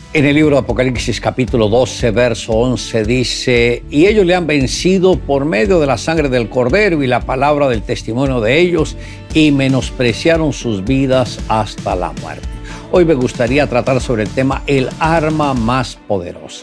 En el libro de Apocalipsis capítulo 12, verso 11 dice: y ellos le han vencido por medio de la sangre del Cordero y la palabra del testimonio de ellos, y menospreciaron sus vidas hasta la muerte. Hoy me gustaría tratar sobre el tema el arma más poderosa.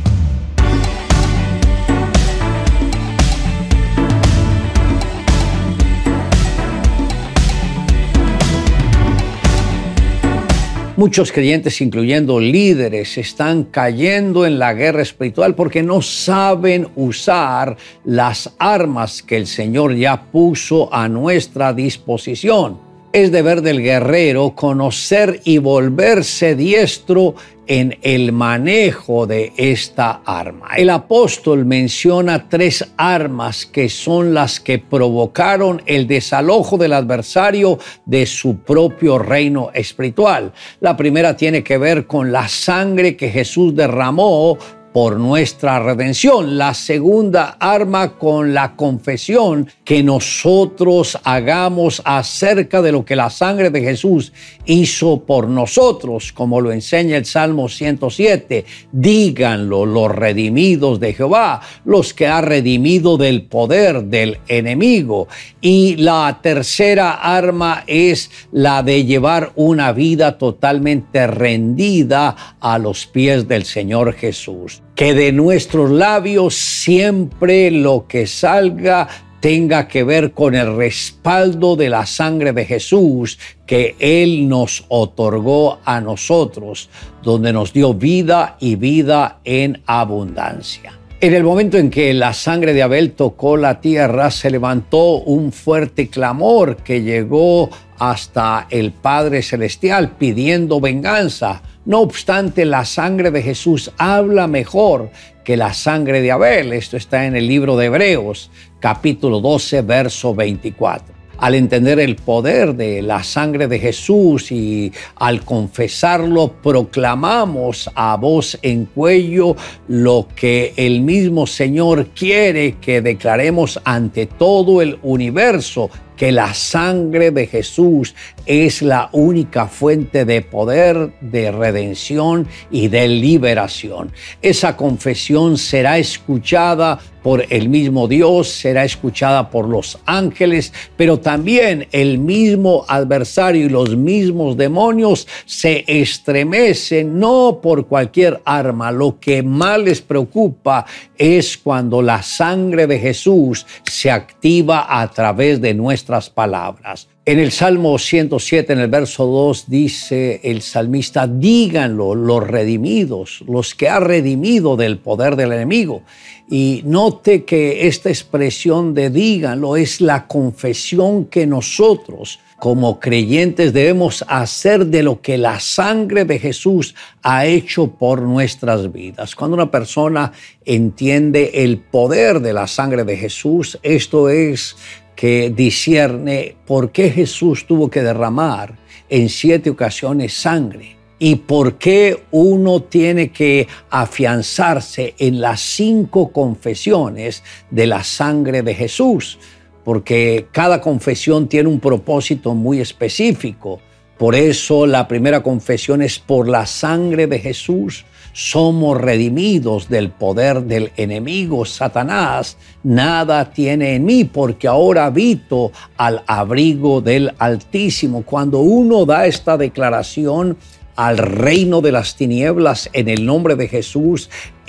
Muchos creyentes, incluyendo líderes, están cayendo en la guerra espiritual porque no saben usar las armas que el Señor ya puso a nuestra disposición. Es deber del guerrero conocer y volverse diestro en el manejo de esta arma. El apóstol menciona 3 armas que son las que provocaron el desalojo del adversario de su propio reino espiritual. La primera tiene que ver con la sangre que Jesús derramó por nuestra redención. La segunda arma con la confesión que nosotros hagamos acerca de lo que la sangre de Jesús hizo por nosotros, como lo enseña el Salmo 107. Díganlo los redimidos de Jehová, los que ha redimido del poder del enemigo. Y la tercera arma es la de llevar una vida totalmente rendida a los pies del Señor Jesús. Que de nuestros labios siempre lo que salga tenga que ver con el respaldo de la sangre de Jesús que Él nos otorgó a nosotros, donde nos dio vida y vida en abundancia. En el momento en que la sangre de Abel tocó la tierra, se levantó un fuerte clamor que llegó hasta el Padre Celestial pidiendo venganza. No obstante, la sangre de Jesús habla mejor que la sangre de Abel. Esto está en el libro de Hebreos, capítulo 12, verso 24. Al entender el poder de la sangre de Jesús y al confesarlo, proclamamos a voz en cuello lo que el mismo Señor quiere que declaremos ante todo el universo, que la sangre de Jesús es la única fuente de poder, de redención y de liberación. Esa confesión será escuchada por el mismo Dios, será escuchada por los ángeles, pero también el mismo adversario y los mismos demonios se estremecen, no por cualquier arma. Lo que más les preocupa es cuando la sangre de Jesús se activa a través de nuestras palabras. En el Salmo 107, en el verso 2, dice el salmista: díganlo los redimidos, los que ha redimido del poder del enemigo. Y note que esta expresión de díganlo es la confesión que nosotros como creyentes debemos hacer de lo que la sangre de Jesús ha hecho por nuestras vidas. Cuando una persona entiende el poder de la sangre de Jesús, esto es que discierne por qué Jesús tuvo que derramar en 7 ocasiones sangre y por qué uno tiene que afianzarse en las 5 confesiones de la sangre de Jesús, porque cada confesión tiene un propósito muy específico. Por eso la primera confesión es: por la sangre de Jesús somos redimidos del poder del enemigo. Satanás nada tiene en mí, porque ahora habito al abrigo del Altísimo. Cuando uno da esta declaración al reino de las tinieblas en el nombre de Jesús,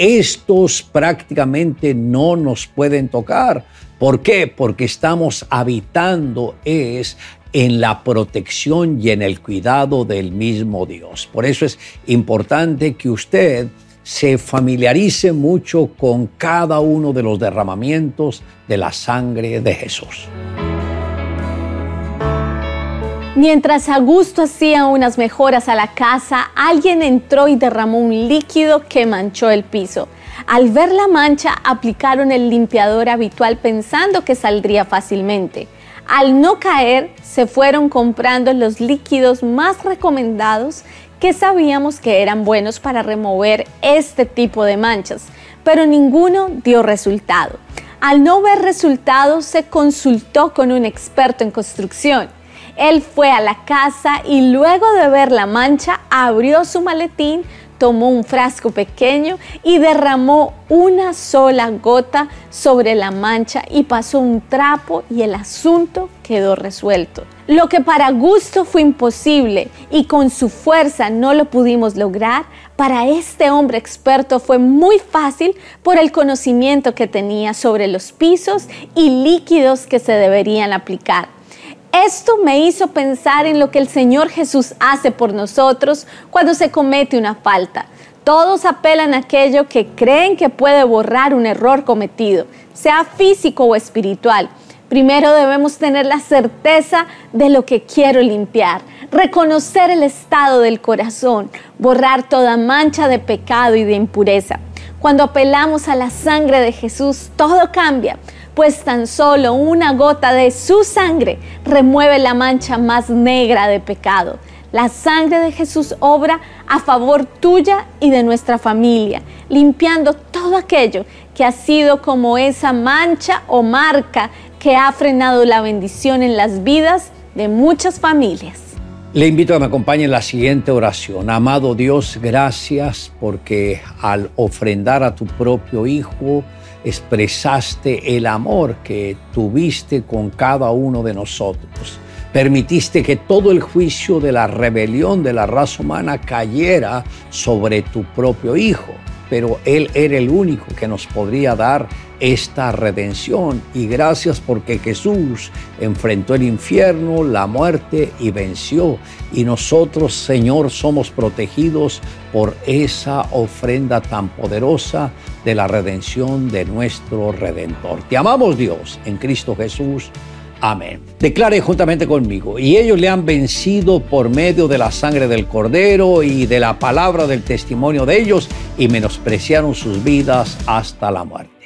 estos prácticamente no nos pueden tocar. ¿Por qué? Porque estamos habitando en la protección y en el cuidado del mismo Dios. Por eso es importante que usted se familiarice mucho con cada uno de los derramamientos de la sangre de Jesús. Mientras Augusto hacía unas mejoras a la casa, alguien entró y derramó un líquido que manchó el piso. Al ver la mancha, aplicaron el limpiador habitual pensando que saldría fácilmente. Al no caer, se fueron comprando los líquidos más recomendados que sabíamos que eran buenos para remover este tipo de manchas, pero ninguno dio resultado. Al no ver resultados, se consultó con un experto en construcción. Él fue a la casa y luego de ver la mancha, abrió su maletín tomó un frasco pequeño y derramó una sola gota sobre la mancha y pasó un trapo y el asunto quedó resuelto. Lo que para Gusto fue imposible y con su fuerza no lo pudimos lograr, para este hombre experto fue muy fácil por el conocimiento que tenía sobre los pisos y líquidos que se deberían aplicar. Esto me hizo pensar en lo que el Señor Jesús hace por nosotros cuando se comete una falta. Todos apelan a aquello que creen que puede borrar un error cometido, sea físico o espiritual. Primero debemos tener la certeza de lo que quiero limpiar, reconocer el estado del corazón, borrar toda mancha de pecado y de impureza. Cuando apelamos a la sangre de Jesús, todo cambia, pues tan solo una gota de su sangre remueve la mancha más negra de pecado. La sangre de Jesús obra a favor tuya y de nuestra familia, limpiando todo aquello que ha sido como esa mancha o marca que ha frenado la bendición en las vidas de muchas familias. Le invito a que me acompañe en la siguiente oración. Amado Dios, gracias porque al ofrendar a tu propio Hijo, expresaste el amor que tuviste con cada uno de nosotros. Permitiste que todo el juicio de la rebelión de la raza humana cayera sobre tu propio Hijo. Pero Él era el único que nos podría dar esta redención. Y gracias porque Jesús enfrentó el infierno, la muerte y venció. Y nosotros, Señor, somos protegidos por esa ofrenda tan poderosa de la redención de nuestro Redentor. Te amamos, Dios, en Cristo Jesús. Amén. Declare juntamente conmigo: y ellos le han vencido por medio de la sangre del Cordero y de la palabra del testimonio de ellos, y menospreciaron sus vidas hasta la muerte.